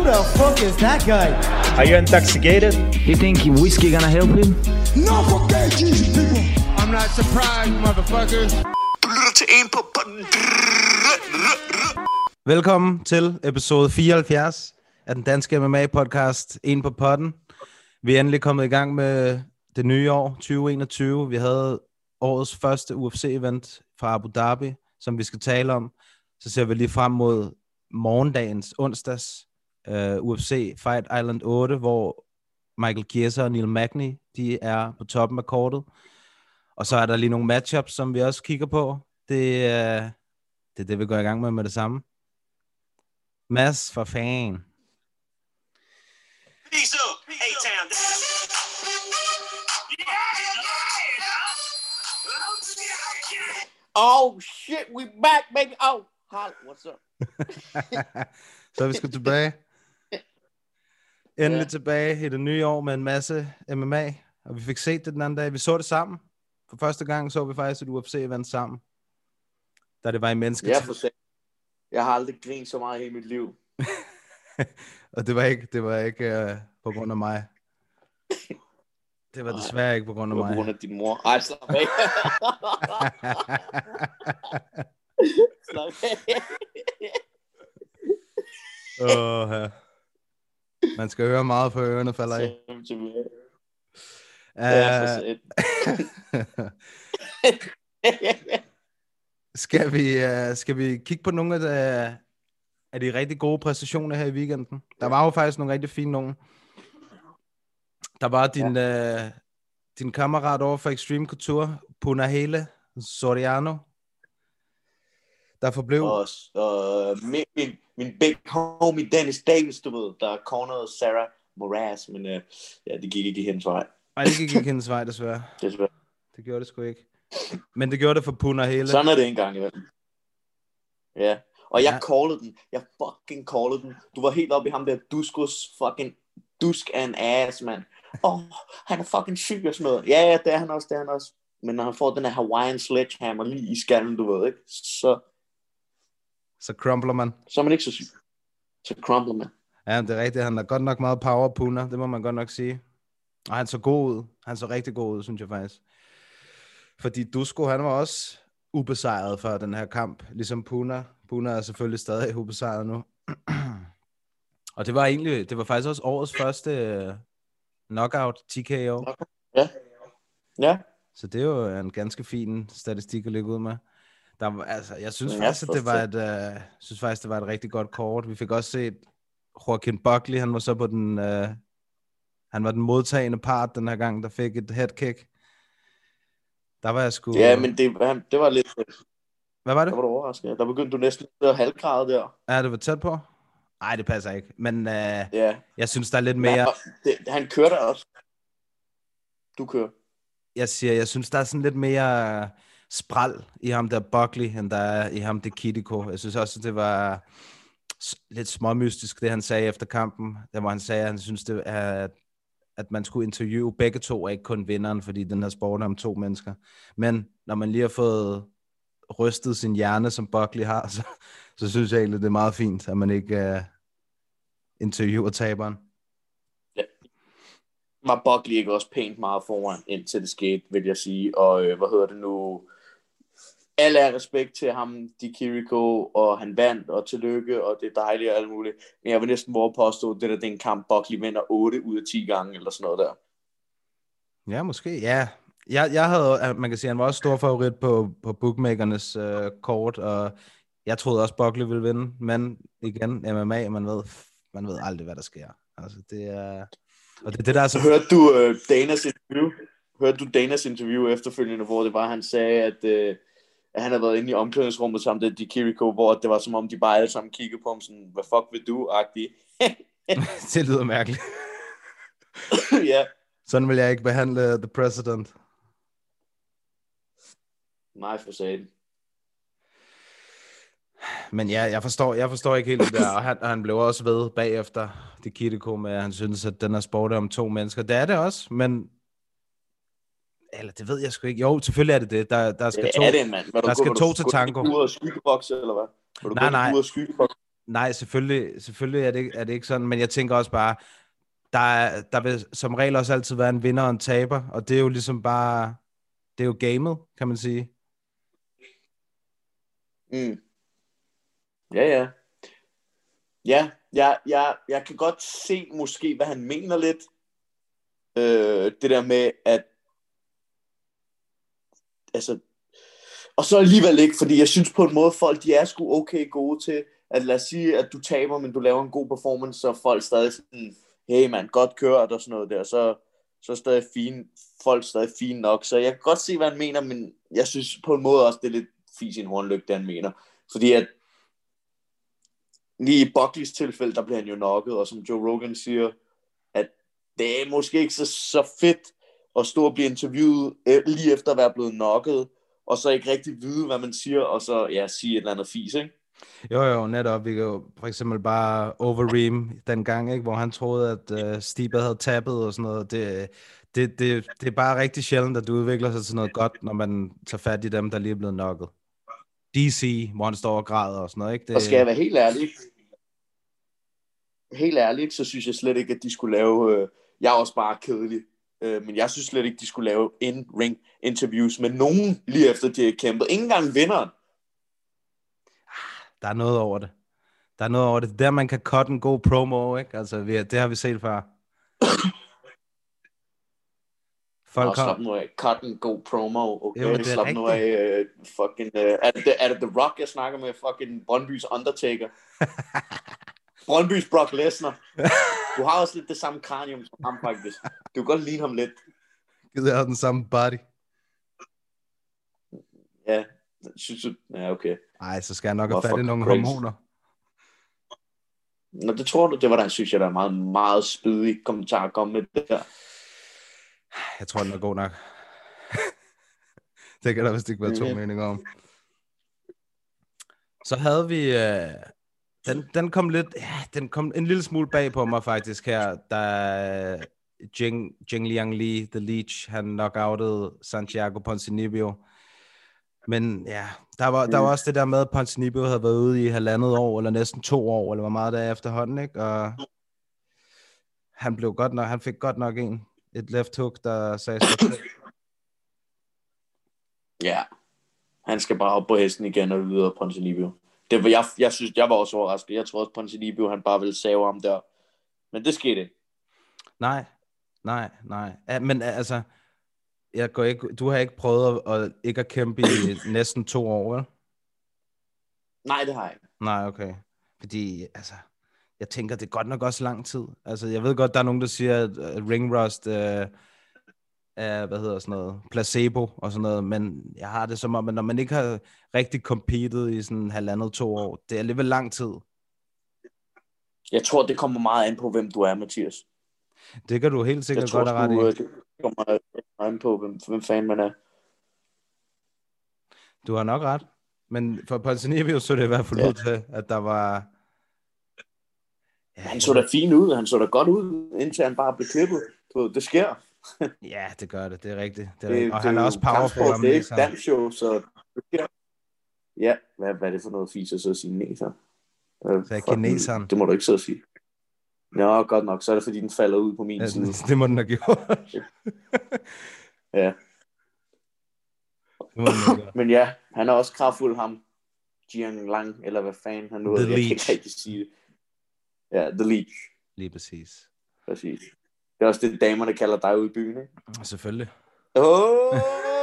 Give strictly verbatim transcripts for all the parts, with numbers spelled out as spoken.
the fuck is that guy? Are you intoxicated? You think whiskey gonna help him? No, forget Jesus, people. I'm not surprised, motherfuckers. Velkommen til episode fireoghalvfjerds af den danske M M A-podcast En på potten. Vi er endelig kommet i gang med det nye år, tyve enogtyve. Vi havde årets første U F C-event fra Abu Dhabi, som vi skal tale om. Så ser vi lige frem mod morgendagens onsdags uh, U F C Fight Island otte, hvor Michael Chiesa og Neil Magny, de er på toppen af kortet. Og så er der lige nogle matchups, som vi også kigger på. Det, uh, det er det, vi går i gang med med det samme. Mads, for fan. Oh shit, we back, baby. Oh, holla, what's up? Så er vi sgu tilbage. Endelig Ja. tilbage i det nye år med en masse M M A. Og vi fik set det den anden dag. Vi så det sammen. For første gang så vi faktisk et U F C-event sammen. Da det var i mennesket. Ja, for sig. Jeg har aldrig grinet så meget i hele mit liv. Og det var ikke, det var ikke uh, på grund af mig. Det var desværre ikke på grund af Det var mig. på grund af din mor. Ej, slap af. Slap af. Åh, ja. Man skal høre meget, for ørerne falder af. Send dem tilbage. Uh, Ja, for sig. skal, vi, uh, skal vi kigge på nogle af de, af de rigtig gode præstationer her i weekenden? Der var jo faktisk nogle rigtig fine nogle. Der var din, ja. uh, din kammerat over for Extreme Couture, Punahele Soriano, der forblev... Og, og min, min, min big homie Dennis Davis, du ved, der cornerede Sarah Moraz, men uh, ja, det gik ikke i hendes vej. Nej, det gik ikke hendes vej, desværre. Desværre. Det gjorde det sgu ikke. Men det gjorde det for Punahele. Sådan er det engang i verden. Ja, og jeg Ja. callede den. Jeg fucking callede den. Du var helt oppe i ham der Duskos fucking dusk af en ass, mand. Åh, oh, han er fucking syg og sådan noget. Ja, ja, det er han også, det er han også. Men når han får den her Hawaiian sledgehammer lige i skallen, du ved, ikke? Så, Så crumpler man. så er man ikke så syg. Så crumpler man. Ja, det er rigtigt. Han har godt nok meget power, Puna. Det må man godt nok sige. Og han så god ud. Han så rigtig god ud, synes jeg faktisk. Fordi Dusko, han var også ubesejret for den her kamp. Ligesom Puna. Puna er selvfølgelig stadig ubesejret nu. Og det var egentlig, det var faktisk også årets første uh, knockout T K O. Ja. Ja. Så det er jo en ganske fin statistik at lægge ud med. Der var, altså, jeg synes Ja, faktisk, at det var et, uh, synes faktisk, det var et rigtig godt kort. Vi fik også set Joaquin Buckley, han var så på den, uh, han var den modtagende part den her gang, der fik et headkick. Der var jeg sgu... Ja, men det, han, det var lidt... Hvad var det? Der var du overrasket. Der begyndte du næsten at halvgrade der. Ja, det var tæt på. Nej, det passer ikke. Men uh, Ja. jeg synes, der er lidt mere... Men, det, han kørte også. Du kører. Jeg siger, jeg synes, der er sådan lidt mere spral i ham der Buckley, end der er i ham der Kitiko. Jeg synes også, at det var lidt småmystisk, det han sagde efter kampen, der hvor han sagde, at han synes, det er, at man skulle interviewe begge to, og ikke kun vinderen, fordi den her sport er om to mennesker. Men når man lige har fået rystet sin hjerne, som Buckley har, så, så synes jeg egentlig, det er meget fint, at man ikke uh, interviewer taberen. Var Buckley ikke også pænt meget foran, indtil det skete, vil jeg sige. Og øh, hvad hedder det nu? Alle er respekt til ham, Di Chirico, og han vandt, og tillykke, og det er dejligt og alt muligt. Men jeg vil næsten våge påstå, at det der det er en kamp, Buckley vinder otte ud af ti gange, eller sådan noget der. Ja, måske, ja. Jeg, jeg havde, man kan sige, han var også stor favorit på, på bookmakernes øh, kort, og jeg troede også, Buckley ville vinde, men igen, M M A, man ved, man ved aldrig, hvad der sker. Altså, det er... Og det, det der er så... Hørte du øh, Danas interview? Hørte du Danas interview efterfølgende, hvor det var, han sagde, at, øh, at han havde været inde i omklædningsrummet sammen med Di Chirico, hvor det var som om, de bare alle sammen kiggede på ham sådan, hvad fuck vil du-agtigt? Det lyder mærkeligt. Ja. Sådan vil jeg ikke behandle the president. Nej, for satan. Men ja, jeg forstår, jeg forstår ikke helt det der, og han, han blev også ved bagefter det Kitiko med, at han synes, at den er sport om to mennesker. Det er det også, men eller det ved jeg sgu ikke. Jo, selvfølgelig er det det. Der, der skal det to, er det, mand. der du, skal du, to du, til du, tango. Du ud og skyggebokse, eller hvad? Var du Nej, nej. ud og skyggebokse? Nej, selvfølgelig, selvfølgelig er, det, er det ikke sådan, men jeg tænker også bare, der, er, der vil som regel også altid være en vinder og en taber, og det er jo ligesom bare, det er jo gamet, kan man sige. Mm. Ja, ja. Ja, jeg, jeg, jeg kan godt se måske, hvad han mener lidt. Øh, det der med, at altså, og så alligevel ikke, fordi jeg synes på en måde, folk de er sgu okay gode til, at lad os sige, at du taber, men du laver en god performance, så folk stadig sådan, hey man, godt kørt og sådan noget der, så, så er stadig fine, folk stadig fine nok, så jeg kan godt se, hvad han mener, men jeg synes på en måde også, det er lidt fis i en hornlygt, det han mener, fordi at lige i Buckleys tilfælde, der bliver han jo knocket, og som Joe Rogan siger, at det er måske ikke så, så fedt at stå og blive interviewet lige efter at være blevet knocket, og så ikke rigtig vide, hvad man siger, og så ja, sige et eller andet fis, ikke? Jo, jo, netop. Vi kan jo for eksempel bare Overeem den gang, ikke, hvor han troede, at uh, Stipe havde tappet og sådan noget. Det, det, det, det er bare rigtig sjældent, at du udvikler sig til noget godt, når man tager fat i dem, der lige er blevet knocket. D C, hvor han står og græder og sådan noget, ikke? Det... Og skal jeg være helt ærlig, helt ærligt, så synes jeg slet ikke, at de skulle lave, øh, jeg er også bare kedelig, øh, men jeg synes slet ikke, de skulle lave in-ring interviews med nogen, lige efter de har kæmpet. Ingen gang vinderen. Der er noget over det. Der er noget over det. Der man kan cut en god promo, ikke? Altså, vi, det har vi set før. Folk Nå, slap nu af. Cut en god promo. Okay, jo, det er slap nu af. Uh, fucking, uh, er, det, er det The Rock, jeg snakker med? Fucking Brøndbys Undertaker. Brøndbys Brock Lesnar. Du har også lidt det samme kranium som ham, faktisk. Du kan godt ligne ham lidt. Det er den samme body. Ja, synes du... Ja, okay. Ej, så skal jeg nok have fat i nogle crazy hormoner. Nå, det tror du, det var der, synes jeg, der er meget, meget spydig kommentar at komme med det der. Jeg tror, den er god nok. Det kan der vist ikke være to mm-hmm. meninger om. Så havde vi... Øh, den, den kom lidt... Ja, den kom en lille smule bag på mig faktisk her, da Jing, Jing Liang Li, The Leech, han knockoutede Santiago Ponzinibbio. Men ja, der var, der var også det der med, at Ponzinibbio havde været ude i halvandet år, eller næsten to år, eller hvor meget der er efterhånden, ikke? Og han blev godt nok, han fik godt nok en, et left hook, der sagde sig. Ja, han skal bare op på hesten igen og videre, Ponzinibbio. Det var, jeg, jeg synes, jeg var også overrasket. Jeg tror også, Ponzinibbio, han bare ville save ham der. Men det skete ikke. Nej, nej, nej. Ja, men altså... Jeg går ikke, du har ikke prøvet at, at ikke at kæmpe i næsten to år, vel? Nej, det har jeg ikke. Nej, okay. Fordi, altså, jeg tænker, det er godt nok også lang tid. Altså, jeg ved godt, der er nogen, der siger, at ring rust øh, er, hvad hedder sådan noget, placebo og sådan noget, men jeg har det som om, at når man ikke har rigtig competed i sådan halvandet to år, det er alligevel lang tid. Jeg tror, det kommer meget an på, hvem du er, Mathias. Det kan du helt sikkert tror, godt have ret i. Det kommer an på, hvem, hvem fanden man er. Du har nok ret. Men for Ponzinibbio så det i hvert fald ja. ud til, at der var... Ja, han så da fint ud, han så da godt ud, indtil han bare blev klippet. Det sker. Ja, det gør det, det er rigtigt. Det er det, rigtigt. Og det, han er også powerful. Det er ikke dansshow, så det sker. Ja, hvad, hvad er det for noget fis at så sige næser? Så er kineseren. Det må du ikke så sige. Ja, godt nok. Så er det, fordi den falder ud på min ja, side. Det må den have gjort. Ja. Men ja, han er også kraftfuld, ham. Jiang Lang, eller hvad fanden han nu er. Jeg kan ikke rigtig sige det. Ja, The Leech. Lige præcis. Præcis. Det er også det, damerne kalder dig ude i byen, ikke? Selvfølgelig. Åh!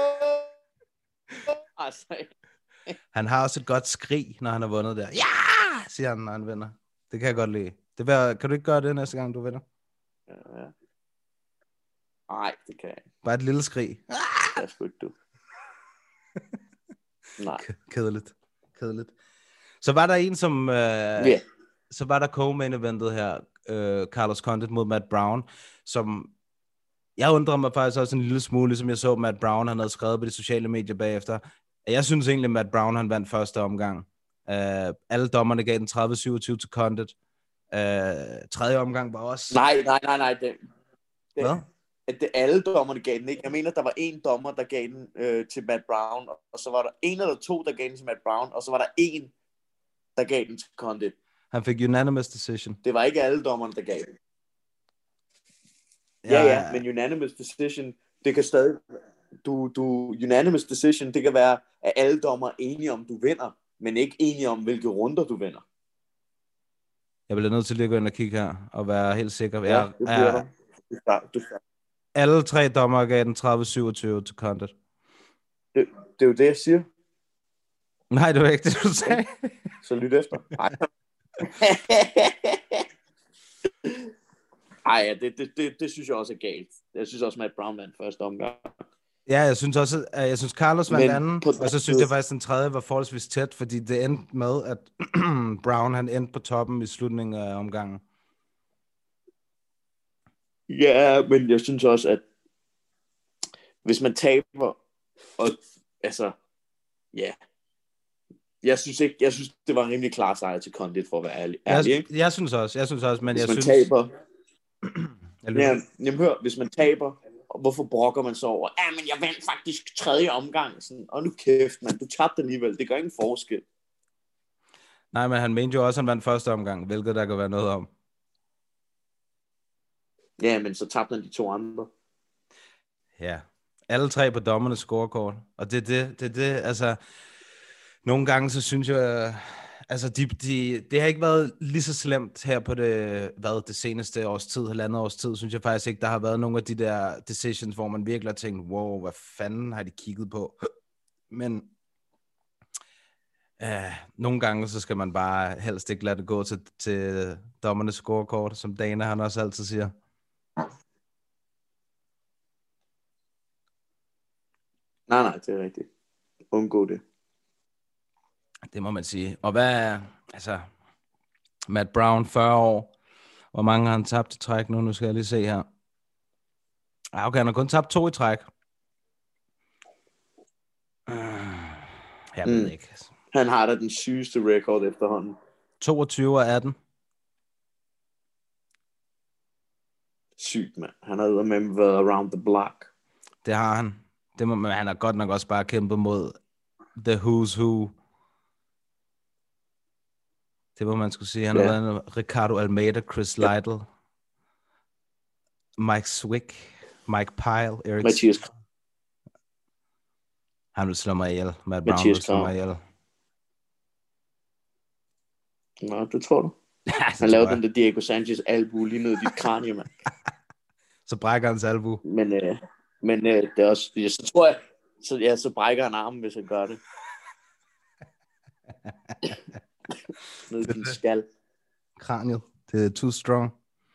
Altså. Han har også et godt skrig, når han har vundet der. Ja! Siger han, når han vinder. Det kan jeg godt lide. Det vil, kan du ikke gøre det næste gang, du vinder? Ja, ja. Nej, det kan jeg ikke. Bare et lille skrig. Det er sgu ikke, du. Nej. K- kedeligt. Kedeligt. Så var der en, som... Øh, yeah. Så var der co-main eventet her, øh, Carlos Condit mod Matt Brown, som... Jeg undrer mig faktisk også en lille smule, ligesom jeg så Matt Brown, han havde skrevet på de sociale medier bagefter. Jeg synes egentlig, Matt Brown, han vandt første omgang. Uh, alle dommerne gav den tredive syvogtyve til Condit. Uh, tredje omgang var også... Nej, nej, nej, nej. Det, det, Hvad? At det alle dommerne gav den, ikke? Jeg mener, der var en dommer, der gav den øh, til Matt Brown, og så var der en eller to, der gav den til Matt Brown, og så var der en, der gav den til Condit. Han fik unanimous decision. Det var ikke alle dommerne, der gav det. Ja, ja, men unanimous decision, det kan stadig... Du, du, unanimous decision, det kan være, at alle dommer er enige om, du vinder, men ikke enige om, hvilke runder du vinder. Jeg bliver nødt til lige at gå ind og kigge her, og være helt sikker. Ja, Jeg, det bliver jeg, der. Du start, du start. alle tre dommer gav den tredive syvogtyve til Condit. Det, det er jo det, jeg siger. Nej, det var ikke det, du sagde. Så lyt efter. Ej, Ej ja, det, det, det, det synes jeg også er galt. Jeg synes også, Matt Brown vandt første omgang. Ja, jeg synes også, at jeg synes Carlos vandt Men anden, på og så den synes side- jeg faktisk, at den tredje var forholdsvis tæt, fordi det endte med, at Brown han endte på toppen i slutningen af omgangen. Ja, men jeg synes også, at hvis man taber, og altså, ja, jeg synes ikke, jeg synes, det var en rimelig klar sejr til Condit, for at være ærlig. ærlig Jeg, ikke? jeg synes også, jeg synes også, men Hvis jeg man synes... taber, Jeg lytter. ja, jamen hør, hvis man taber, hvorfor brokker man så over, ja, men jeg vandt faktisk tredje omgang, sådan, og nu kæft, man, du tabte alligevel, det gør ingen forskel. Nej, men han mente jo også, at han vandt første omgang, hvilket der kan være noget om. Ja, men så tabte han de to andre. Ja, alle tre på dommernes scorekort, og det er det, det, er det, altså, nogle gange så synes jeg, altså, de, de, det har ikke været lige så slemt her på det, hvad, det seneste års tid, halvandet års tid, synes jeg faktisk ikke, der har været nogle af de der decisions, hvor man virkelig har tænkt, wow, hvad fanden har de kigget på? Men øh, nogle gange, så skal man bare helst ikke lade det gå til, til dommernes scorekort, som Dana han også altid siger. Nej, nej, det er rigtigt. Undgå det. Det må man sige. Og hvad er, altså, Matt Brown, fyrre år. Hvor mange har han tabt i træk nu? Nu skal jeg lige se her. Ah, okay, han har kun tabt to i træk. Jeg ved Mm. ikke. Han har da den sygeste record efterhånden. toogtyve og atten. Sygt, mand. Han har med været around the block. Det har han. Det må, men han har godt nok også bare kæmpet mod the who's who. Det må man skulle sige. Han Ja. har været en Ricardo Almeida, Chris Ja. Lytle, Mike Swick, Mike Pyle, Eric... Mathias Krav. Han vil slå mig ihjel. Matt Brown vil Mathias slå Krav. mig ihjel. Nå, det tror du. Ja, det Han tror lavede jeg. den der Diego Sanchez albu lige ned i dit kranie, mand. Så brækker hans albu. Men, øh, men øh, det er også... Ja, så tror jeg... Så, ja, så brækker han armen, hvis han gør det. Ned i din skal. Kraniet. Det er too strong.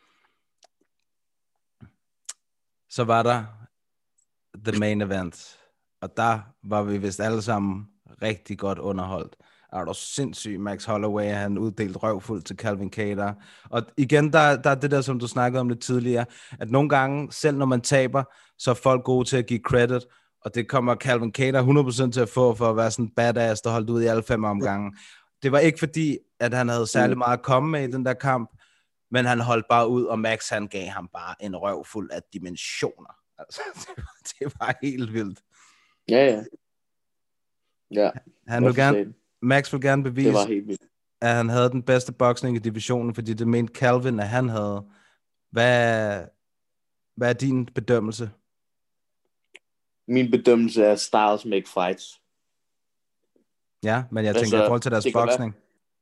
Så var der the main event. Og der var vi vist alle sammen rigtig godt underholdt. Er du sindssyg, Max Holloway, han uddelt røvfuld til Calvin Kattar. Og igen, der, der er det der, som du snakkede om lidt tidligere, at nogle gange, selv når man taber, så er folk gode til at give credit, og det kommer Calvin Kattar hundrede procent til at få, for at være sådan en badass, der holdt ud i alle fem omgange. Det var ikke fordi, at han havde særlig meget at komme med i den der kamp, men han holdt bare ud, og Max, han gav ham bare en røvfuld af dimensioner. Altså, det var, det var helt vildt. Ja, ja. Ja, Han vil hvorfor gerne, sagde du? Max vil gerne bevise, Det var helt vildt. at han havde den bedste boksning i divisionen, fordi det mente Calvin, at han havde. Hvad, hvad er din bedømmelse? Min bedømmelse er styles make fights. Ja, men jeg Altså, tænker i forhold til deres det kan boksning.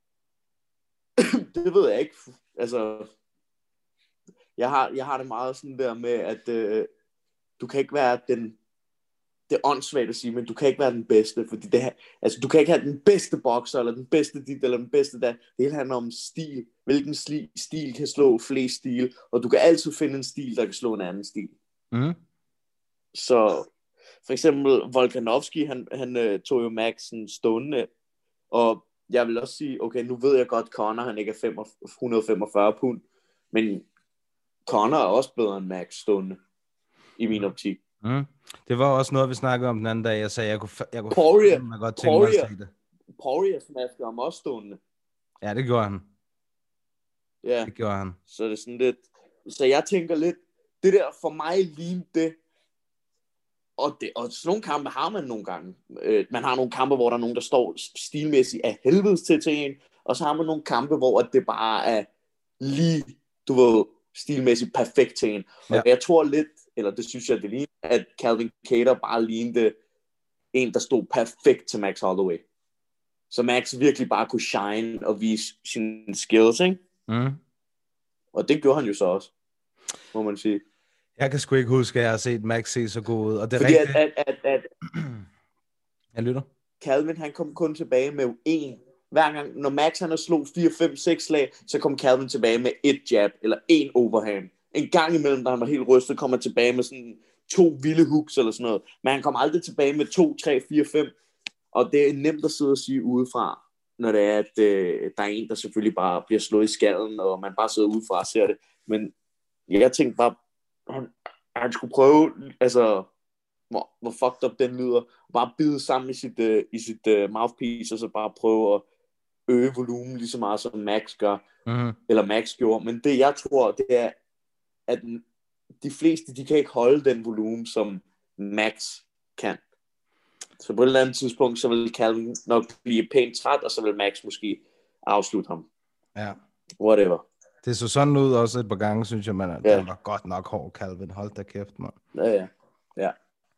Det ved jeg ikke. Altså, jeg har, jeg har det meget sådan der med, at øh, du kan ikke være den, det er åndssvagt at sige, men du kan ikke være den bedste, fordi det, altså, du kan ikke have den bedste bokser, eller den bedste dit, eller den bedste der. Det hele handler om stil. Hvilken stil, stil kan slå flest stil, og du kan altid finde en stil, der kan slå en anden stil. Mm. Så for eksempel Volkanovski, han, han øh, tog jo Maxen stående, og jeg vil også sige, okay, nu ved jeg godt, Conor, han ikke er et hundrede og femogfyrre pund, men Conor er også bedre end Max stående, i min optik. Mm. Det var også noget, vi snakkede om den anden dag. Jeg sagde, jeg kunne, jeg kunne Poirier, fandme godt tænke mig at Poirier, se det. Poirier smaskede ham også stående. Ja, det gjorde han. Ja, Det gjorde han. så det er sådan lidt, så jeg tænker lidt, det der for mig lignede det, og, det, og sådan nogle kampe har man nogle gange. Øh, man har nogle kampe, hvor der er nogen, der står stilmæssigt af helvedes til til en, og så har man nogle kampe, hvor det bare er lige, du ved, stilmæssigt perfekt til en. Og Ja. jeg tror lidt, eller det synes jeg, det ligner, at Calvin Kattar bare lignede en, der stod perfekt til Max Holloway. Så Max virkelig bare kunne shine og vise sine skills, ikke? Mm. Og det gjorde han jo så også, må man sige. Jeg kan sgu ikke huske, at jeg har set Max se så god ud. Og det er Fordi at, rigtigt. at, at, at Jeg lytter. Calvin, han kom kun tilbage med én. Hver gang, når Max han har slog fire, fem, seks slag, så kom Calvin tilbage med et jab, eller en overhand. En gang imellem, da han var helt rystet, kom han tilbage med sådan to vilde hooks, eller sådan noget. Men han kom aldrig tilbage med to, tre, fire, fem. Og det er nemt at sidde og sige udefra, når det er, at øh, der er en, der selvfølgelig bare bliver slået i skallen, og man bare sidder udefra og ser det. Men jeg tænkte bare, han, han skulle prøve, altså, hvor, hvor fucked up den lyder, bare bide sammen i sit, øh, i sit øh, mouthpiece, og så bare prøve at øge volumen lige så meget, som Max gør, Mm. eller Max gjorde. Men det, jeg tror, det er, at de fleste, de kan ikke holde den volumen, som Max kan. Så på et eller andet tidspunkt, så vil Calvin nok blive pænt træt, og så vil Max måske afslutte ham. Ja. Whatever. Det så sådan ud også et par gange, synes jeg, man. Ja. Den var godt nok hård, Calvin. Hold da kæft, mand. Ja, ja. Ja.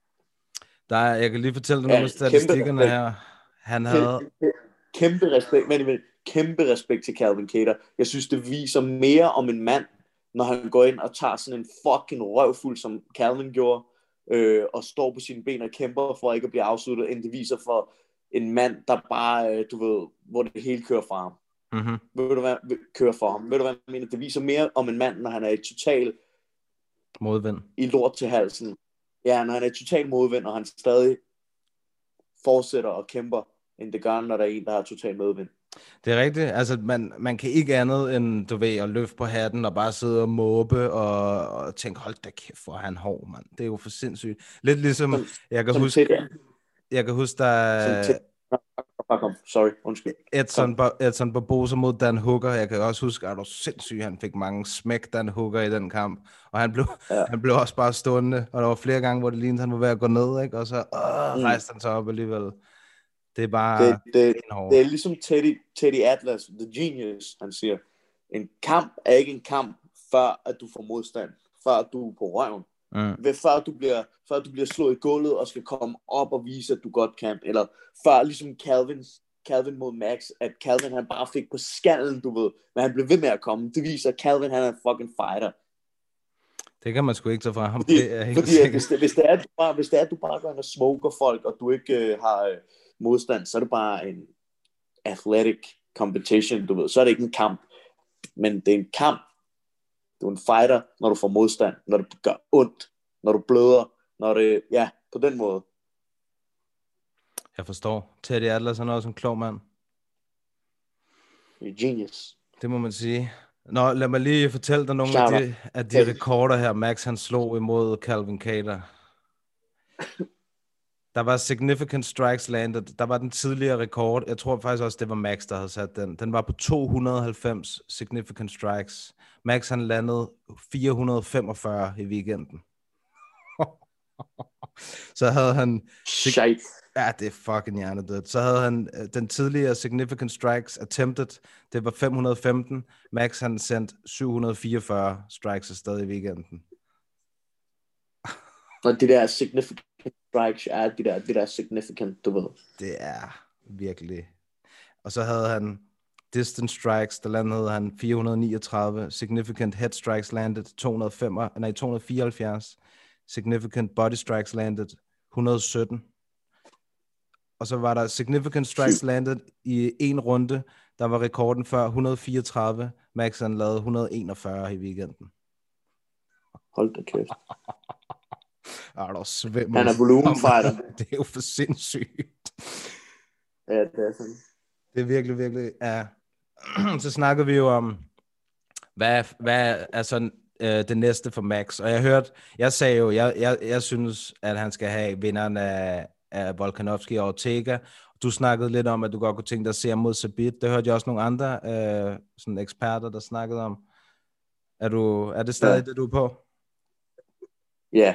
Der er, jeg kan lige fortælle dig Ja, nogle af statistikkerne kæmpe her. Han havde... Kæmpe respekt, men, men kæmpe respekt til Calvin Kattar. Jeg synes, det viser mere om en mand, når han går ind og tager sådan en fucking røvfuld, som Calvin gjorde, øh, og står på sine ben og kæmper for ikke at blive afsluttet, end det viser for en mand, der bare, øh, du ved, hvor det hele kører fra ham. Mm-hmm. Ved du hvad, kører for ham. Ved du hvad jeg mener? Det viser mere om en mand, når han er i total Modvind. i lort til halsen. Ja, når han er i total modvind, og han stadig fortsætter og kæmper, end det gør, når der er en, der har total modvind. Det er rigtigt. Altså, man, man kan ikke andet end, du ved, at løfte på hatten og bare sidde og måbe og, og tænke, hold da kæft, hvor er han hård, mand. Det er jo for sindssygt. Lidt ligesom, Som- jeg kan som huske, tæt- jeg kan huske, der som tæt- Bare kom. Sorry, undskyld. Edson, Ba- Edson Barboza mod Dan Hooker. Jeg kan også huske, at du sindssygt, han fik mange smæk, Dan Hooker, i den kamp. Og han blev, Ja. han blev også bare stående, og der var flere gange, hvor det lignede, han var ved at gå ned, ikke? Og så øh, Mm. rejste han sig op alligevel. Det er bare Det, det, en hård. det er ligesom Teddy, Teddy Atlas, the genius, han siger. En kamp er ikke en kamp, før at du får modstand. Før du er på røven. Mm. Ved, før, du bliver, før du bliver slået i gulvet og skal komme op og vise, at du godt kan. Eller før ligesom Calvin, Calvin mod Max, at Calvin han bare fik på skallen, du ved. Men han blev ved med at komme. Det viser, at Calvin han er en fucking fighter. Det kan man sgu ikke tage fra ham. Fordi, Det er helt fordi at sikkert. hvis, det, hvis, det er, at du bare, hvis det er, at du bare går ind og smoker folk, og du ikke øh, har øh, modstand, så er det bare en athletic competition, du ved. Så er det ikke en kamp. Men det er en kamp. Du er en fighter, når du får modstand, når det gør ondt, når du bløder, når det, ja, på den måde. Jeg forstår. Teddy Atlas, han er også en klog mand. You're genius. Det må man sige. Nå, lad mig lige fortælle dig nogle Shout af de, af de rekorder her, Max han slog imod Calvin Kattar. Der var significant strikes landed. Der var den tidligere rekord. Jeg tror faktisk også, det var Max, der havde sat den. Den var på to hundrede og halvfems significant strikes. Max han landede fire hundrede og femogfyrre i weekenden. Så havde han... Shite. Ja, det er fucking hjernedødt. Så havde han øh, den tidligere significant strikes attempted. Det var fem hundrede og femten. Max han sendt syv hundrede og fireogfyrre strikes afsted i weekenden. Og det der significant strikes, er det der, det der significant, du ved. Det er virkelig... Og så havde han distance strikes, der landede han fire hundrede og niogtredive. Significant head strikes landed to hundrede og fem, nej, to hundrede og fireoghalvfjerds. Significant body strikes landed et hundrede og sytten. Og så var der significant strikes landed i en runde. Der var rekorden før et hundrede og fireogtredive. Max han lavede et hundrede og enogfyrre i weekenden. Hold da kæft. Er der svimmel. Han er volumenfighter. Det er jo for sindssygt. Ja, det er sådan. Det er virkelig, virkelig, ja. Så snakker vi jo om, hvad, hvad er sådan øh, det næste for Max. Og jeg hørte, jeg sagde jo, jeg, jeg, jeg synes, at han skal have vinderen af, af Volkanovski og Ortega. Du snakkede lidt om, at du godt kunne tænke dig at se ham mod Zabit. Det hørte jeg også nogle andre øh, sådan eksperter, der snakkede om. Er, du, er det stadig ja. det, du er på? Ja.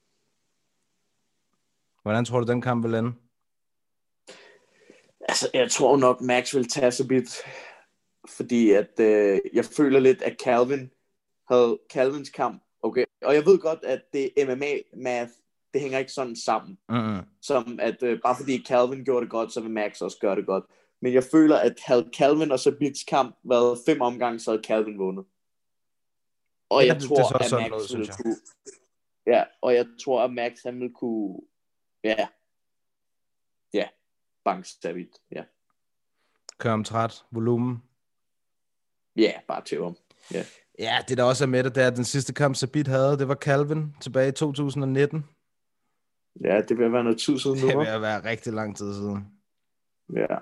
Hvordan tror du, den kamp vil ende? Altså, jeg tror nok, Max vil tage Zabit. fordi at øh, jeg føler lidt, at Calvin havde Calvins kamp, okay, og jeg ved godt, at det M M A-math, det hænger ikke sådan sammen, Mm-hmm. som at øh, bare fordi Calvin gjorde det godt, så vil Max også gøre det godt. Men jeg føler, at havde Calvin og Zabits kamp været fem omgange, så havde Calvin vundet. Og Ja, jeg det- tror, det er så at sådan Max noget, synes ville jeg. kunne... Ja, og jeg tror, at Max han ville kunne... Ja. Ja. Bank Zabit. Ja. Kør om træt, volumen. Ja, bare til ham. Ja. Ja, det der også er med det, det er, at den sidste kamp, Zabit havde, det var Calvin tilbage i to tusind nitten. Ja, det vil være noget tid siden nu. Det vil hva'? være rigtig lang tid siden. Ja.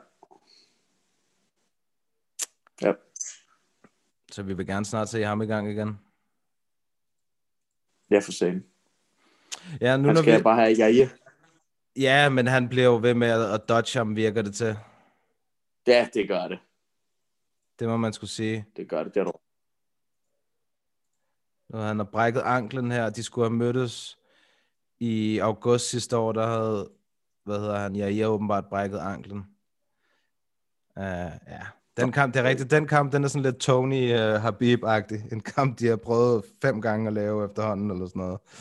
Ja. Så vi vil gerne snart se ham i gang igen. Ja, for satan. Ja, nu Han når skal vi... bare have Jair. Ja, men han bliver jo ved med at, at dodge ham, virker det til. Ja, det gør det. Det må man skulle sige. Det gør det, det er du. Når han har brækket anklen her, de skulle have mødtes i august sidste år, der havde, hvad hedder han, Jair åbenbart brækket anklen. Uh, ja, den kamp, det er rigtigt, den kamp, den er sådan lidt Tony uh, Habib-agtig. En kamp, de har prøvet fem gange at lave efterhånden, eller sådan noget.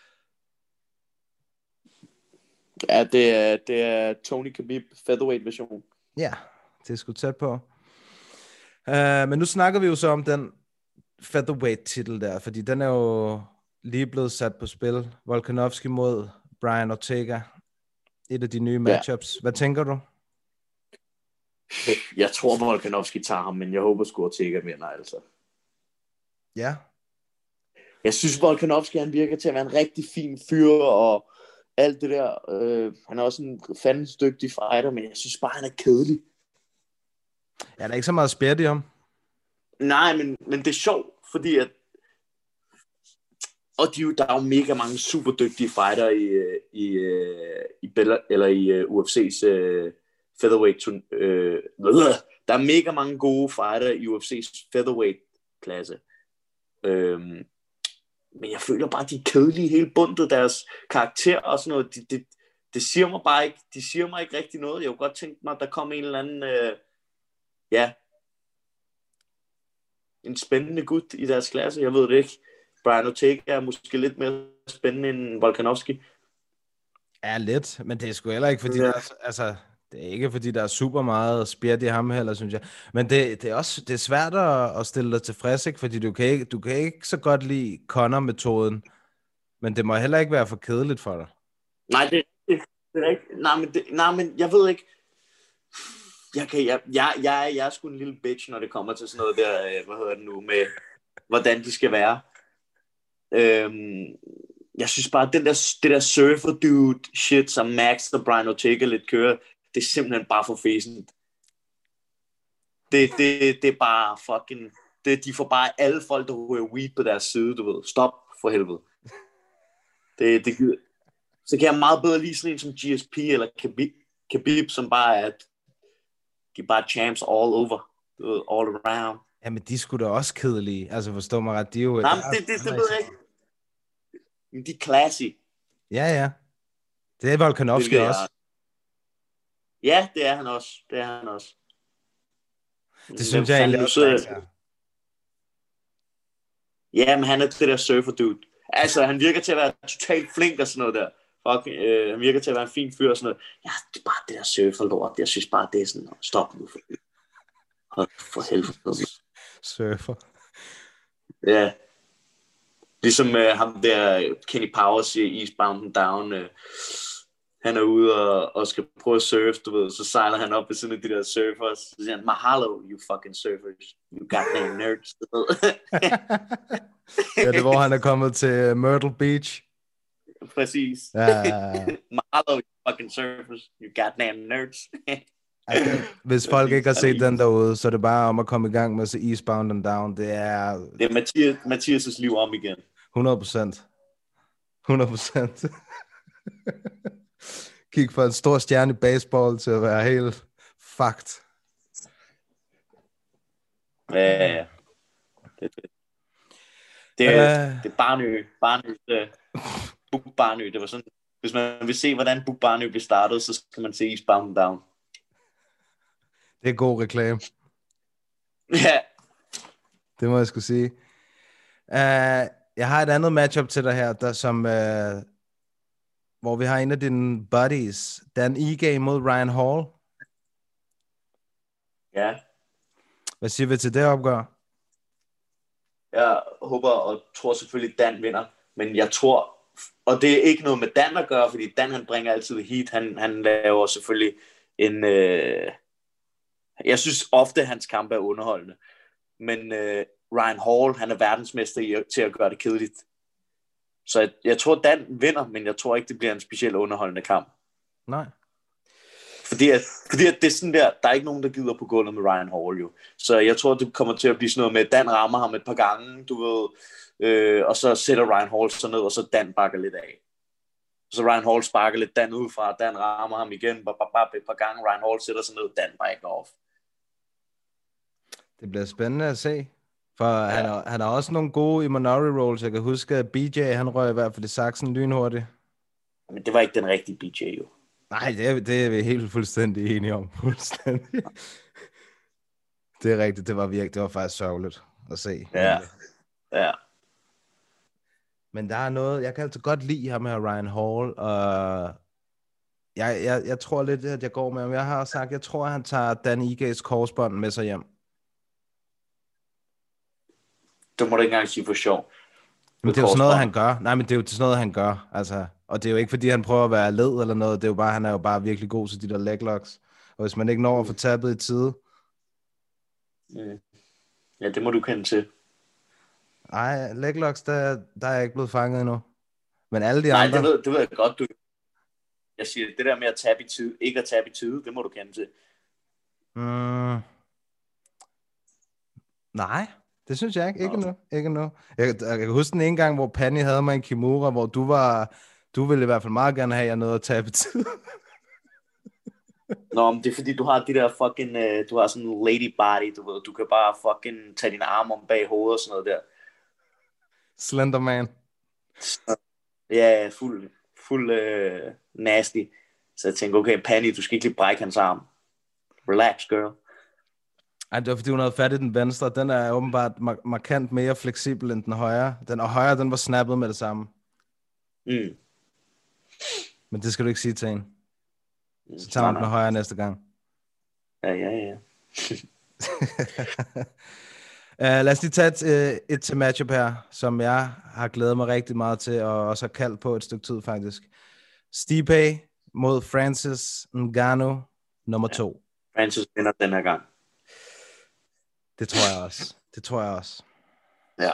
Ja, det er, det er Tony Khabib featherweight version. Ja, det er sgu tæt på. Uh, men nu snakker vi jo så om den featherweight-titel der, fordi den er jo lige blevet sat på spil. Volkanovski mod Brian Ortega. Et af de nye matchups. Ja. Hvad tænker du? Jeg tror, Volkanovski tager ham, men jeg håber sgu Ortega vinder, altså. Ja. Jeg synes, Volkanovski, han virker til at være en rigtig fin fyr, og alt det der. Øh, han er også en fandens dygtig fighter, men jeg synes bare, han er kedelig. Ja, der er ikke så meget spjæt i ham. Nej, men, men det er sjovt, fordi at og de, der er jo mega mange super dygtige fighter i i i Bella, eller i U F C's uh, featherweight uh, der er mega mange gode fighter i U F C's featherweight klasse. Um, men jeg føler bare, de er kedelige hele bundet, deres karakter og sådan noget. Det, det, det siger mig bare ikke, de siger mig ikke rigtig noget. Jeg kunne godt tænke mig, at der kom en eller anden, uh, ja, en spændende gut i deres klasse. Jeg ved det ikke. Brian Ortega er måske lidt mere spændende end Volkanovski. Ja, lidt, men det er sgu heller ikke, fordi Ja. der er, altså, det er ikke, fordi der er super meget spjæt i ham heller, synes jeg. Men det, det er også det er svært at, at stille dig tilfreds, ikke? Fordi du kan ikke, du kan ikke så godt lide Conor-metoden, men det må heller ikke være for kedeligt for dig. Nej, det, det, det er ikke. Nej, men, det, nej, men jeg ved ikke. Jeg, kan, jeg, jeg, jeg, jeg er sgu en lille bitch, når det kommer til sådan noget der, øh, hvad hedder det nu, med hvordan de skal være. Øhm, jeg synes bare, at den der, det der surfer dude shit, som Max og Brian Ortega lidt kører, det er simpelthen bare for fæsent. Det, det, det er bare fucking... Det, de får bare alle folk, der ryger weed på deres side, du ved. Stop, for helvede. Det, det gider. Så kan jeg meget bedre lide sådan en som G S P eller Khabib, Khabib som bare er... De er bare champs all over. Du ved, all around. Ja, men de skulle da også kedelige. Altså, forstå mig ret, de er jo... Nej, men det, det, det ved jeg ikke. Men de er classy. Ja, ja. Det er Volkanovski Det er- også. Ja, det er han også. Det er han også. Det synes jeg egentlig også. sidder... Max er. Ja, men han er det der surfer dude. Altså, han virker til at være totalt flink og sådan noget der. Fuck, øh, han virker til at være en fin fyr og sådan noget. Ja, det er bare det der surfer lort. Jeg synes bare, det er sådan, stop nu. Hold for helvede. Surfer. Ja. Ligesom øh, ham der, Kenny Powers i Eastbound and Down. Øh, han er ude og, og skal prøve at surfe, du ved. Så sejler han op ved sådan af de der surfers. Så siger han, mahalo, you fucking surfers. You goddamn nerds. Du ved. Ja, det er, hvor han er kommet til Myrtle Beach. Præcis. Ja. Mahalo, you fucking surfers. You goddamn nerds. Altså, hvis folk ikke har set den derude, så er det bare om at komme i gang med at se Eastbound and Down. Det er Det er Mathias, Mathias' liv om igen. hundrede procent. hundrede procent. Kig fra en stor stjerne i baseball til at være helt fucked. Ja, ja, ja. Det, det, det, er, Øh. det er Barnø. Barnø. Uh, Buk Barnø. Det var sådan, hvis man vil se, hvordan Buk Barnø blev startet, så skal man se Eastbound and Down. Det er god reklame. Ja. Det må jeg skulle sige. Uh, jeg har et andet matchup til dig her, der som, uh, hvor vi har en af dine buddies, Dan Ige mod Ryan Hall. Ja. Hvad siger vi til det opgør? Jeg håber og tror selvfølgelig, Dan vinder. Men jeg tror, og det er ikke noget med Dan at gøre, fordi Dan han bringer altid heat. Han, han laver selvfølgelig en... Øh... Jeg synes ofte, at hans kamp er underholdende. Men øh, Ryan Hall, han er verdensmester i, til at gøre det kedeligt. Så jeg, jeg tror, Dan vinder, men jeg tror ikke, det bliver en specielt underholdende kamp. Nej. Fordi, at, fordi at det er sådan der, der er ikke nogen, der gider på gulvet med Ryan Hall jo. Så jeg tror, det kommer til at blive sådan noget med, at Dan rammer ham et par gange, du ved, øh, og så sætter Ryan Hall så ned, og så Dan bakker lidt af. Så Ryan Hall sparker lidt Dan ud fra, Dan rammer ham igen, bare, bare, bare et par gange, Ryan Hall sætter sig ned, Dan bakker off. Det bliver spændende at se. For ja. han, er, han har også nogle gode Imanari rolls. Jeg kan huske, at B J, han røg i hvert fald i saksen lynhurtigt. Men det var ikke den rigtige B J jo. Nej, det er, det er vi helt fuldstændig enige om. Fuldstændig. Det er rigtigt, det var virkelig, det var faktisk sørgeligt at se. Ja, ja. Men der er noget, jeg kan altid godt lide ham her, Ryan Hall, og jeg, jeg, jeg tror lidt, at jeg går med ham. Jeg har sagt, jeg tror, at han tager Dan Iges korsbånd med sig hjem. Det må du ikke engang sige for sjov. Men det er jo sådan noget, han gør. Nej, men det er jo sådan noget, han gør. Altså, og det er jo ikke, fordi han prøver at være led eller noget. Det er jo bare, han er jo bare virkelig god til de der leglocks. Og hvis man ikke når at få tabet i tide. Mm. Ja, det må du kende til. Nej, leglocks, der, der er jeg ikke blevet fanget endnu. Men alle de Nej, andre... Nej, det, det ved jeg godt, du... Jeg siger, det der med at tabe i tide, ikke at tabe i tide, det må du kende til. Mm. Nej. Det synes jeg ikke. Ikke nu. Ikke nu. Jeg, jeg kan huske den ene gang, hvor Panny havde mig en Kimura, hvor du var... Du ville i hvert fald meget gerne have, at jeg nåede at tabe tid. Nå, men det er fordi, du har de der fucking... Uh, du har sådan en lady body, du ved. Du kan bare fucking tage din arm om bag hovedet og sådan noget der. Slenderman. Ja, fuld, fuld uh, nasty. Så jeg tænkte, okay, Panny, du skal ikke lige brække hans arm. Relax, girl. Ej, det var fordi, hun havde fat i den venstre. Den er åbenbart mar- markant mere fleksibel end den højre. Den og højre, den var snappet med det samme. Mm. Men det skal du ikke sige til en. Så tager man den højre næste gang. Ja, ja, ja. uh, lad os lige tage et, uh, et til matchup her, som jeg har glædet mig rigtig meget til, og også har kaldt på et stykke tid faktisk. Stipe mod Francis Ngannou, nummer ja. to. Francis vinder den her gang. Det tror jeg også. Det tror jeg også. Ja.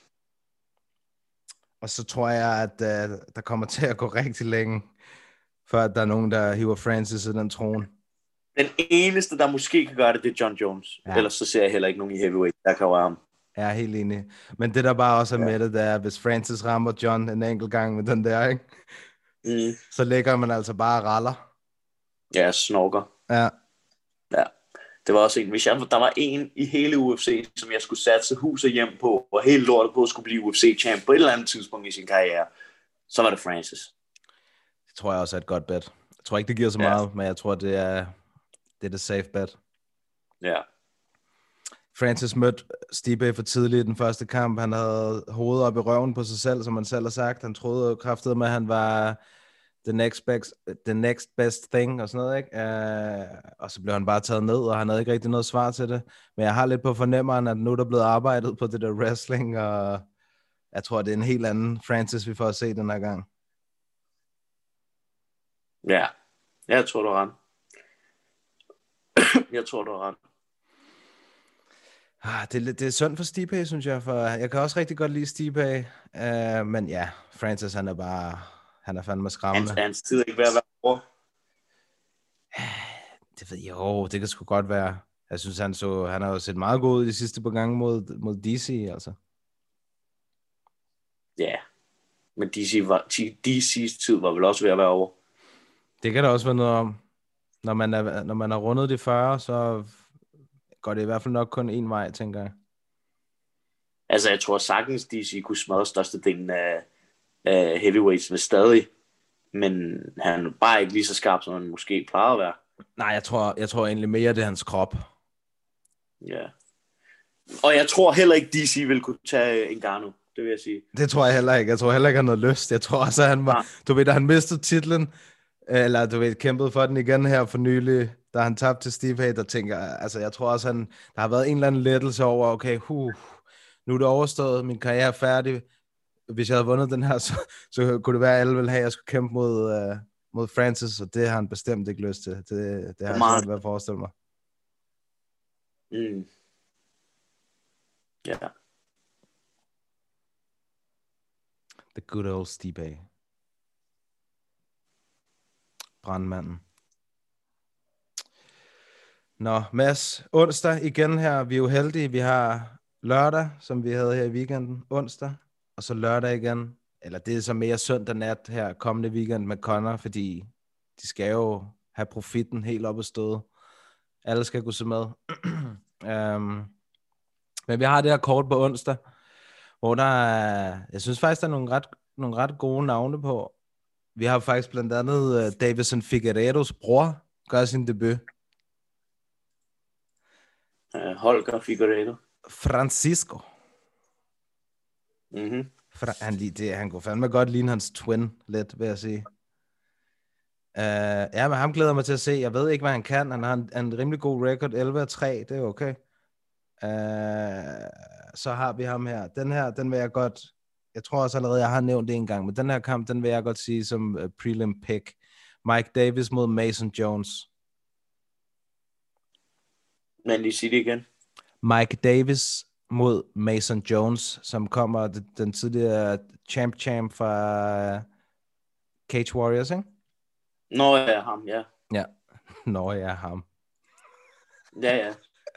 Og så tror jeg, at uh, der kommer til at gå rigtig længe, før at der er nogen, der hiver Francis i den trone. Den eneste, der måske kan gøre det, det er John Jones. Ja. Ellers så ser jeg heller ikke nogen i heavyweight, der kan røre ham. Jeg er helt enig. Men det der bare også er ja. med det, det er, hvis Francis rammer John en enkelt gang med den der, ikke? Mm. Så ligger man altså bare og raller. Ja, snorker. Ja. Ja. Det var også en, hvis jeg, der var en i hele U F C, som jeg skulle satse huset hjem på, og helt lortet på at skulle blive U F C-champ på et eller andet tidspunkt i sin karriere, så var det Francis. Det tror jeg også er et godt bet. Jeg tror ikke, det giver så ja. meget, men jeg tror, det er det er det safe bet. Ja. Francis mødte Stipe for tidligt i den første kamp. Han havde hovedet op i røven på sig selv, som han selv har sagt. Han troede kraftigt med, at han var the next best, the next best thing og sådan noget, ikke? Uh, og så blev han bare taget ned, og han havde ikke rigtig noget svar til det. Men jeg har lidt på fornemmeren, at nu er der blevet arbejdet på det der wrestling, og jeg tror, det er en helt anden Francis, vi får at se den her gang. Ja, jeg tror, du er ret. Jeg tror, du er ret. Ah, det, er, det er synd for Stipe, synes jeg, for jeg kan også rigtig godt lide Stipe, uh, men ja, Francis, han er bare, han er fandme skræmmende. Hans, hans tid er ikke ved at være over. Det ved jeg, jo, det kan sgu godt være. Jeg synes, han så, han har jo set meget god ud de sidste par gange mod, mod D C, altså. Ja, men D C var, D C's tid var vel også ved at være over. Det kan der også være noget om. Når man er, når man har rundet de fyrre, så går det i hvert fald nok kun en vej, tænker jeg. Altså, jeg tror sagtens, D C kunne smadre størstedelen af, af heavyweights med stadig. Men han er bare ikke lige så skarp, som han måske plejer at være. Nej, jeg tror, jeg tror egentlig mere, det er hans krop. Ja. Og jeg tror heller ikke, D C vil kunne tage Ngannou, det vil jeg sige. Det tror jeg heller ikke. Jeg tror heller ikke, han har lyst. Jeg tror også, at han var... Ja. Du ved, da han mistede titlen, eller du ved, kæmpede for den igen her for nylig, da han tabte til Steve Hay, der tænker, altså jeg tror også, han, der har været en eller anden lettelse over, okay, huh, nu er det overstået, min karriere er færdig. Hvis jeg havde vundet den her, så, så kunne det være, at alle ville have, at jeg skulle kæmpe mod, uh, mod Francis, og det har han bestemt ikke lyst til. Det, det har jeg svært ved at forestille mig. Mm. Ja. Yeah. The good old Stipe. Brandmanden. Nå, Mads, onsdag igen her. Vi er jo heldige. Vi har lørdag, som vi havde her i weekenden. Onsdag, og så lørdag igen. Eller det er så mere søndag nat her kommende weekend med Conor, fordi de skal jo have profitten helt op at støde. Alle skal kunne se med. um, men vi har det her kort på onsdag, hvor der er, jeg synes faktisk, der er nogle ret, nogle ret gode navne på. Vi har faktisk blandt andet uh, Davison Figueiredos bror gør sin debut. Uh, Holger Figueiredo. Francisco. Mhm. Fra, han, det, han kunne fandme godt ligne hans twin lidt, vil jeg sige. Uh, ja, men ham glæder mig til at se. Jeg ved ikke, hvad han kan. Han har en, en rimelig god record. elleve og tre, det er okay. Uh, så har vi ham her. Den her, den vil jeg godt... Jeg tror også allerede, jeg har nævnt det en gang, men den her kamp, den vil jeg godt sige som uh, prelim pick. Mike Davis mod Mason Jones. Men lige sige det igen. Mike Davis mod Mason Jones, som kommer den tidligere champ champ fra Cage Warriors, ikke? Nå ja, ham, ja. Ja, nå ja, ham. Ja, ja.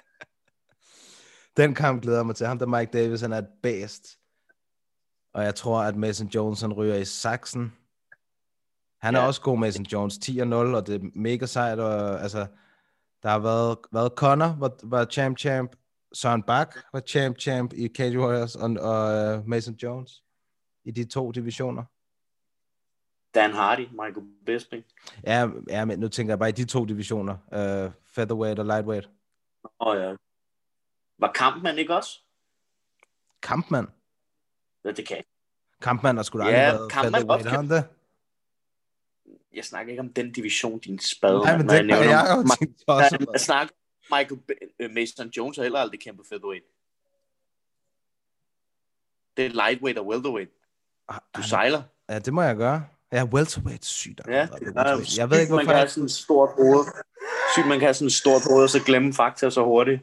Den kamp glæder mig til ham, der Mike Davis, han er et bedst. Og jeg tror, at Mason Jones, han ryger i saksen. Han er ja. også god, Mason Jones. ti og nul, og det er mega sejt. Og, altså, der har været, været Conor, var, var champ champ. Søren Bak var champ champ i Cage Warriors, og, og uh, Mason Jones i de to divisioner. Dan Hardy, Michael Bisping. Ja, ja, men nu tænker jeg bare i de to divisioner. Uh, featherweight og lightweight. Åh oh, ja. Var Kampmann ikke også? Kampmann? Ja, det kan jeg. Kampmann har sgu da ja, aldrig været featherweight, har han det? Jeg snakker ikke om den division, din spade. Nej, men det er jeg jo tænkt også. Jeg, jeg snakker Michael B- Mason Jones har heller aldrig kæmpet featherweight. Det er lightweight og welterweight. Du sejler. Ja, det må jeg gøre. Ja, welterweight, sygt. Ja, welterweight. Jeg ved ikke, hvorfor... Man kan have sådan et stort hoved. Sygt, man kan have sådan et stort hoved, og så glemme fakta så hurtigt.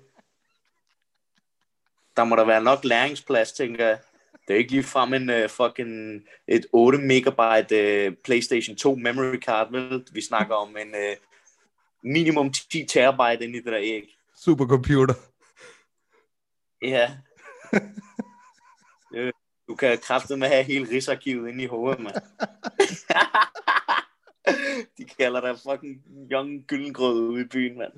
Der må der være nok læringsplads, tænker jeg. Det er ikke lige frem en uh, fucking et otte megabyte uh, PlayStation to memory card, vel? Vi snakker om en uh, minimum ti terabyte inde i det der æg. Supercomputer. Ja. Du kan kraftedeme have hele rigsarkivet inde i hovedet, mand. De kalder dig fucking young gyldengrød ude i byen, mand.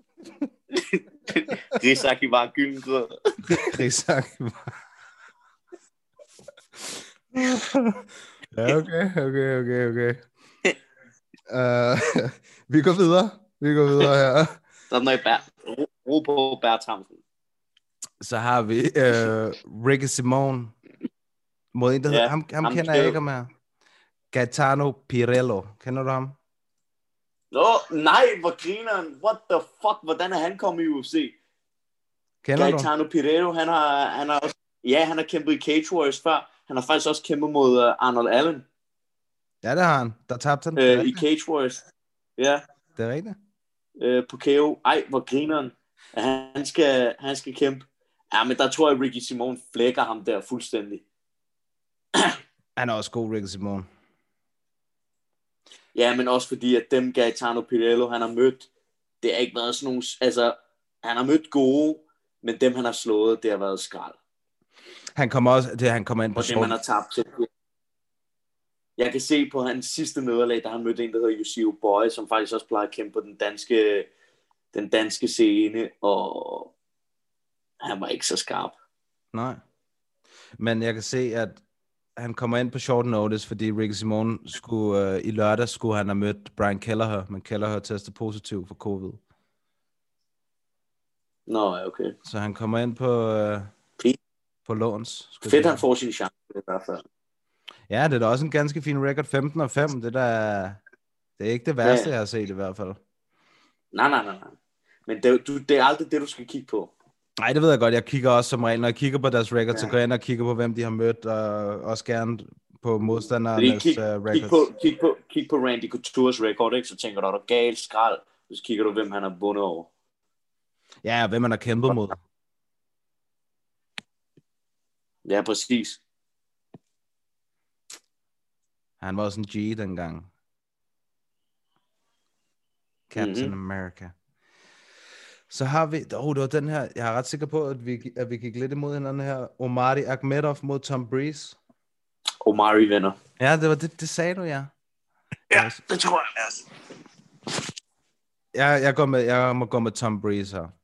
Rigsarkivar gyldengrød. Rigsarkivar. Ja, okay, okay, okay, okay. Uh, vi går videre. Vi går videre her. Så er der noget bær. Ro, ro på Bertramsen. Så har vi uh, Ricky Simon mod en, der ja, hedder, ham, ham, ham kender jeg ikke om her. Gaetano Pirello. Kender du ham? Nå, oh, nej, hvor grineren. What the fuck, hvordan er han kommet i U F C? Kender Gaetano du? Pirello, han har, han har også, ja, han har kæmpet i Cage Warriors før. Han har faktisk også kæmpet mod uh, Arnold Allen. Ja, det har han. Der tabte han. Øh, I Cage Warriors. Ja. Det er rigtigt. Øh, på K O. Ej, hvor grineren. Han skal, han skal kæmpe. Ja, men der tror jeg, Ricky Simon flækker ham der fuldstændig. Han er også god, Ricky Simon. Ja, men også fordi, at dem Gaetano Pirello, han har mødt, det har ikke været sådan nogle, altså, han har mødt gode, men dem, han har slået, det har været skrald. Han kommer også, det han kommer ind på og det, man har tabt til. Jeg kan se på hans sidste nederlag, der han mødte en, der hedder Yusio Boy, som faktisk også plejer at kæmpe på den danske, den danske scene, og han var ikke så skarp. Nej. Men jeg kan se, at han kommer ind på short notice, fordi Ricky Simon skulle, uh, i lørdag skulle han have mødt Brian Kelleher, men Kelleher testede positiv for covid. Nå, ja, okay. Så han kommer ind på, øh, Fint. på låns. Fedt, han får sin chance i hvert fald. Ja, det er da også en ganske fin record. femten og fem, det der, det er ikke det værste, Ja. jeg har set i hvert fald. Nej, nej, nej, nej. Men det, du, det er aldrig det, du skal kigge på. Nej, det ved jeg godt. Jeg kigger også som regel, når jeg kigger på deres record, ja. Ja. så går jeg ind og kigger på, hvem de har mødt, og også gerne på modstandernes Kig, uh, records. kig, på, kig, på, kig på Randy Couture's record, ikke? Så tænker du, er der galt skrald, så kigger du, hvem han har vundet over. Ja, og hvem han har kæmpet mod. Ja, præcis. Han var også en G dengang. Captain Mhm. America. Så har vi, oh, det var den her, jeg er ret sikker på, at vi, at vi gik lidt imod hinanden her. Omari Akhmedov mod Tom Breeze. Omari vinder. Ja, det var det, det sagde du, ja. Ja, det tror jeg altså. Jeg, jeg, går med, jeg må gå med Tom Breeze her.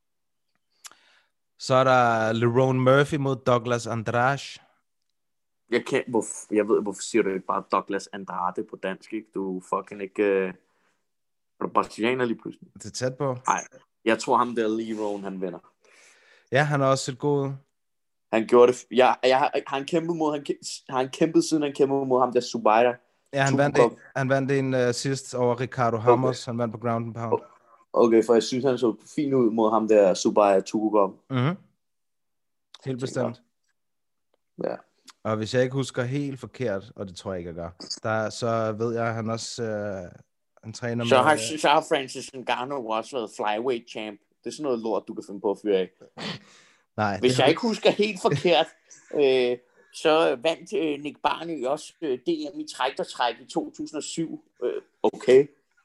Så er der Lerone Murphy mod Douglas Andrade. Jeg, kan, hvor, jeg ved, hvorfor siger du ikke bare Douglas Andrade på dansk, ikke? Du er fucking ikke... Øh, er du brasilianer lige pludselig? Det er tæt på. Nej, jeg tror ham der Lerone, han vinder. Ja, han er også set god ud. Han gjorde det... Jeg, jeg, har han kæmpet mod... Han, har han kæmpet siden han kæmpede mod ham der Subaira? Ja, han vandt, en, han vandt en uh, sidst over Ricardo Hammers. Okay. Han vandt på ground and pound. Okay, for jeg synes, han så fint ud mod ham der Subaira Tukhugov. Mhm. Helt bestemt. Ja. Og hvis jeg ikke husker helt forkert, og det tror jeg ikke, jeg gør, der, så ved jeg, at han også uh, han træner Så med... har, så har Francis Ngannou også været flyweight champ. Det er sådan noget lort, du kan finde på at fyre af. Nej, Hvis det, jeg ikke husker helt forkert, øh, så vandt øh, Nick Barney også øh, D M i træk-der-træk i to tusind og syv. Øh, okay.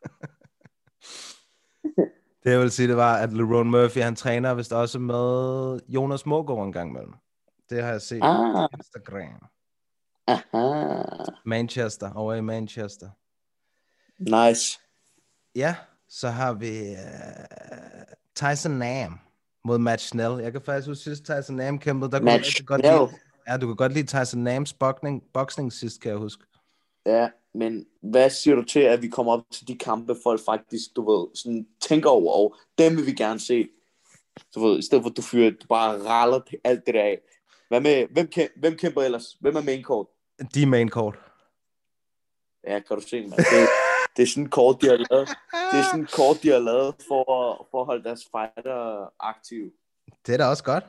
det jeg vil sige, det var, at Lerone Murphy, han træner vist også med Jonas Mågaard en gang imellem. Det har jeg set Ah. på Instagram. Aha. Manchester, over i Manchester. Nice. Ja, så har vi uh, Tyson Nam mod Matt Schnell. Jeg kan faktisk huske, sidst Tyson Nam kæmpede, der kunne Matt du rigtig godt Schnell. lide, ja, du kan godt lide Tyson Nams boxing, boxing sidst, kan jeg huske. Ja, men hvad siger du til, at vi kommer op til de kampe, folk faktisk, du ved, sådan tænker over, og dem vil vi gerne se. Du ved, i stedet for, at du fyrer, du bare raller alt det der af. Hvad med, hvem, kæm, hvem kæmper ellers? Hvem er main court? De er main court. Ja, kan du se, man. Det, det er sådan en kort, de har lavet. Det er sådan en kort, de har lavet for, for at holde deres fighter aktive. Det er da også godt.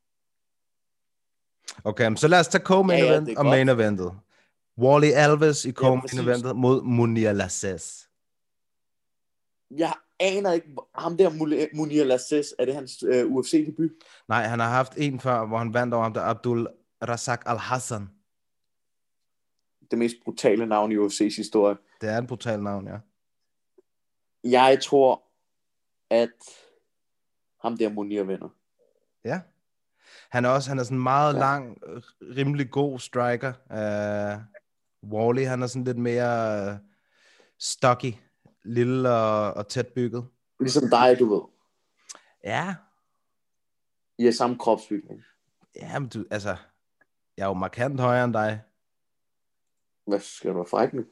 Okay, så lad os tage co-main Ja, ja, event det er og godt. main eventet. Wally Alves i co-main præcis. eventet mod Munir Lazzez. Jeg aner ikke, ham der Mul- Munir Lazzez, er det hans øh, U F C-debut? Nej, han har haft en før, hvor han vandt over ham, der Abdul Razak Al-Hassan. Det mest brutale navn i U F C's historie. Det er et brutalt navn, ja. Jeg tror, at ham der Munir vinder. Ja. Han er også, han er sådan meget Ja. lang, rimelig god striker. Uh, Wally, han er sådan lidt mere uh, stocky, lille og, og tæt bygget. Ligesom dig, du ved. Ja. I har samme kropsbygning. Ja, men du, altså, jeg er jo markant højere end dig. Hvad skal du være fræk nu?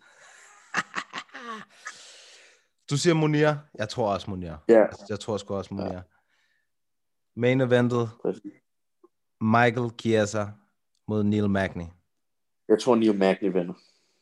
Du siger Munir. Jeg tror også Munir. Ja. Altså, jeg tror sgu også Munir. Ja. Main eventet, Præcis. Michael Chiesa mod Neil Magny. Jeg tror, Neil Magny vinder.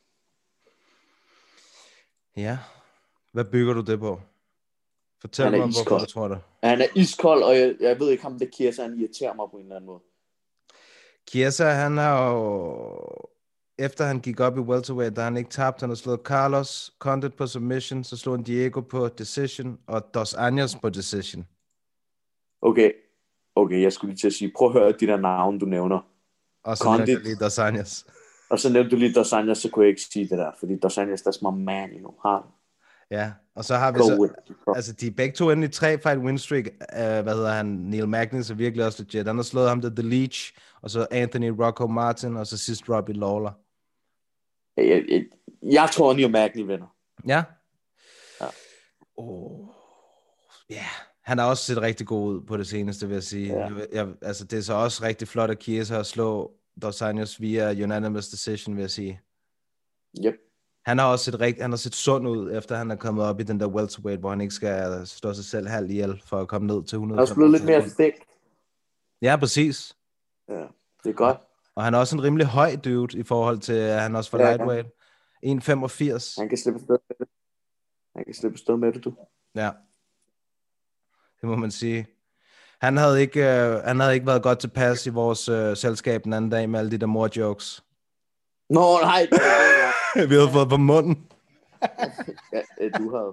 Ja. Hvad bygger du det på? Fortæl Han er mig, hvorfor iskold. du tror det. Han er iskold, og jeg, jeg ved ikke, ham der Chiesa, han irriterer mig på en eller anden måde. Chiesa, han har jo... Efter han gik op i welterweight, da han ikke tabt, han har slået Carlos Condit på submission, så slog han Diego på decision, og Dos Anjos på decision. Okay, okay, jeg skulle lige til at sige, prøv at høre de der navne, du nævner. Og så Condit. nævnte jeg lige Dos Anjos. Og så nævnte du lige Dos Anjos, så kunne jeg ikke sige det der, fordi Dos Anjos, that's my man, you know. Har Ja, og så har vi Go så... with it. Altså, de er begge to inde i tre fight win streak. Uh, hvad hedder han? Neil Magny er virkelig også legit. Han har slået ham der The Leech, og så Anthony Rocco Martin, og så sidst Robbie Lawler. Jeg, jeg, jeg, jeg tror, Neil Magny vinder. Ja? Ja. Oh. Ja, yeah. Han har også set rigtig god ud på det seneste, vil jeg sige. Ja. Jeg, jeg, altså, det er så også rigtig flot at Chiesa at slå Dos Anjos via unanimous decision, vil jeg sige. Yep. Han har også set, rigt, han har set sund ud, efter han er kommet op i den der welterweight, hvor han ikke skal slå sig selv halv ihjel for at komme ned til hundrede. Han er blevet lidt mere thick. Ja, præcis. Ja, det er godt. Og han er også en rimelig høj dude, i forhold til, at han også var ja, lightweight. en komma femogfirs. Han kan slippe afsted med det. Han kan slippe afsted med det, du. Ja. Det må man sige. Han havde ikke, øh, han havde ikke været godt tilpas i vores øh, selskab den anden dag med alle de der mor-jokes. Nå, nej. Det det Vi havde fået på munden. ja, du havde.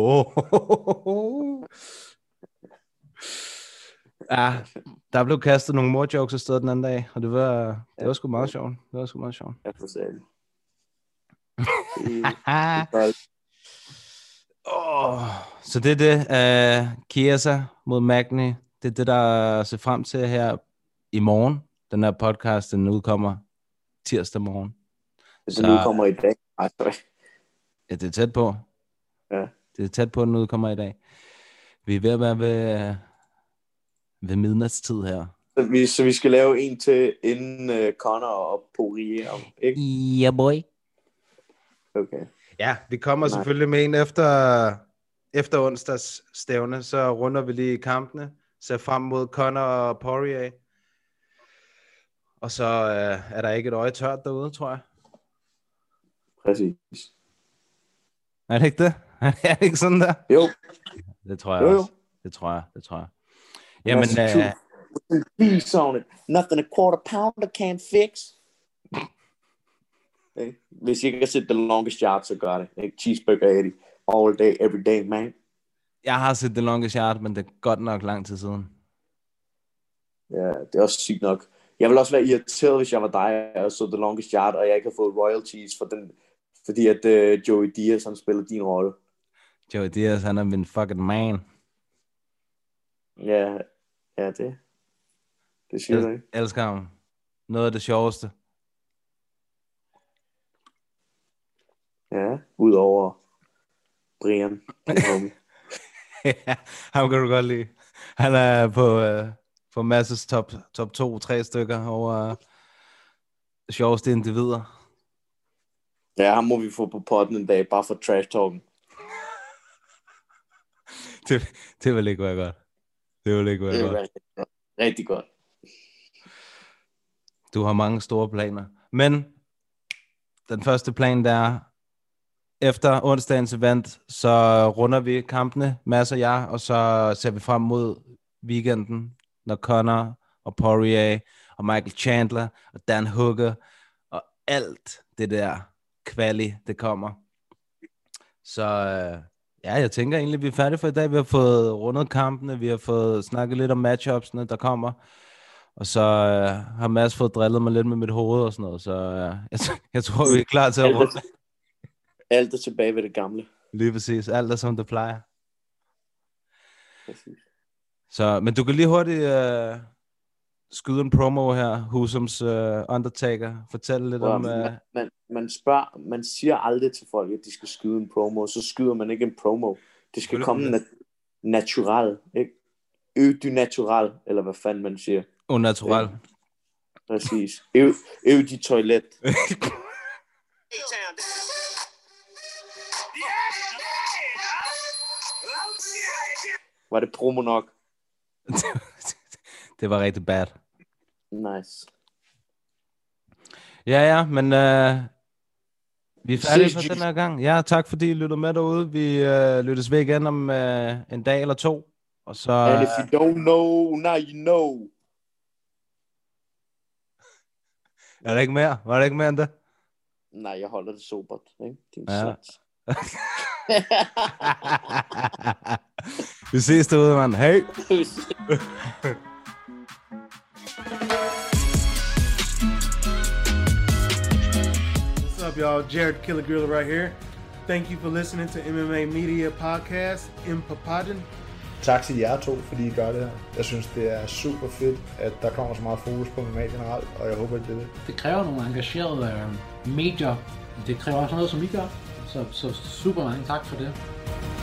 Oh. Ja, der blev kastet nogle mor-jokes af stedet den anden dag, og det var, det var sgu meget sjovt. Det var sgu meget sjovt. Jeg får sagt oh, så det er det. Uh, Chiesa mod Magny. Det er det, der ser frem til her i morgen. Den her podcast, den udkommer tirsdag morgen. Den så, udkommer i dag. Ej, ja, det er tæt på. Ja. Det er tæt på, den udkommer i dag. Vi er ved at være ved, ved midnatstid her. Så vi, så vi skal lave en til inden uh, Conor og Poirier, ikke? Yeah, boy. Okay. Ja, vi kommer Nej. selvfølgelig med en efter, efter onsdags stævne, så runder vi lige kampene, ser frem mod Conor og Poirier. Og så øh, er der ikke et øje tørt derude, tror jeg. Præcis. Er det ikke det? Er det ikke sådan der? Jo. Det tror jeg jo, jo. også. Det tror jeg, det tror jeg. Jamen, øh... Nothing a quarter pounder can't fix. Okay. Hvis I ikke har set The Longest Yard, så gør det. Ikke? Cheeseburger Eddie. All day, every day, man. Jeg har set The Longest Yard, men det er godt nok lang tid siden. Ja, det er også sygt nok. Jeg vil også være irriteret, hvis jeg var dig og så The Longest Yard, og jeg ikke har fået royalties for den, fordi at uh, Joey Diaz, han spiller din rolle. Joey Diaz, han er min fucking man. Ja, ja det. Det siger jeg ikke. Elsker ham. Noget af det sjoveste. Ja, udover Brian. Ja, ham kan du godt lide. Han er på, uh, på Masses top, top to, tre stykker over uh, sjoveste individer. Ja, ham må vi få på potten en dag, bare for trash talken. det, det vil ikke være godt. Det vil ikke være det godt. Rigtig godt. Rigtig godt. Du har mange store planer. Men den første plan, der er, efter onsdagens event, så runder vi kampene, Mads og jeg, og så ser vi frem mod weekenden, når Conor og Poirier og Michael Chandler og Dan Hooker og alt det der kvali, det kommer. Så øh, ja, jeg tænker egentlig, vi er færdige for i dag. Vi har fået rundet kampene, vi har fået snakket lidt om matchupsene, der kommer. Og så øh, har Mads fået drillet mig lidt med mit hoved og sådan noget, så øh, jeg, jeg tror, vi er klar til at runde. Alt er tilbage ved det gamle. Lige præcis. Alt er som det plejer. Præcis. Så, men du kan lige hurtigt øh, skyde en promo her. Husums øh, Undertaker. Fortæl lidt ja, om... Man, øh... man, man spørger, man siger aldrig til folk, at de skal skyde en promo. Så skyder man ikke en promo. Det skal komme nat- natural. Ikke? Øv du natural, eller hvad fanden man siger. Unnatural. Ja. Præcis. Øv, øv de toilet. Var det promo nok? Det var rigtig bad. Nice. Ja, ja, men øh, vi er færdige for den her gang. Ja, tak fordi I lyttede med derude. Vi øh, lyttes ved igen om øh, en dag eller to. Og så... And if you don't know, now you know. Er der ikke mere? Var der ikke mere end det? Nej, jeg holder det sobert, ikke? Din ja. sats. Vi ses derude, mand. Hej! What's up, y'all? Jared Killer Gorilla right here. Thank you for listening to M M A Media Podcast, Impapaden. Tak til jer to, fordi I gør det her. Jeg synes, det er super fedt, at der kommer så meget fokus på M M A generelt, og jeg håber, at det er det. Det kræver nogle engagerede øh, medier. Det kræver også noget, som I gør. Så, så super mange tak for det.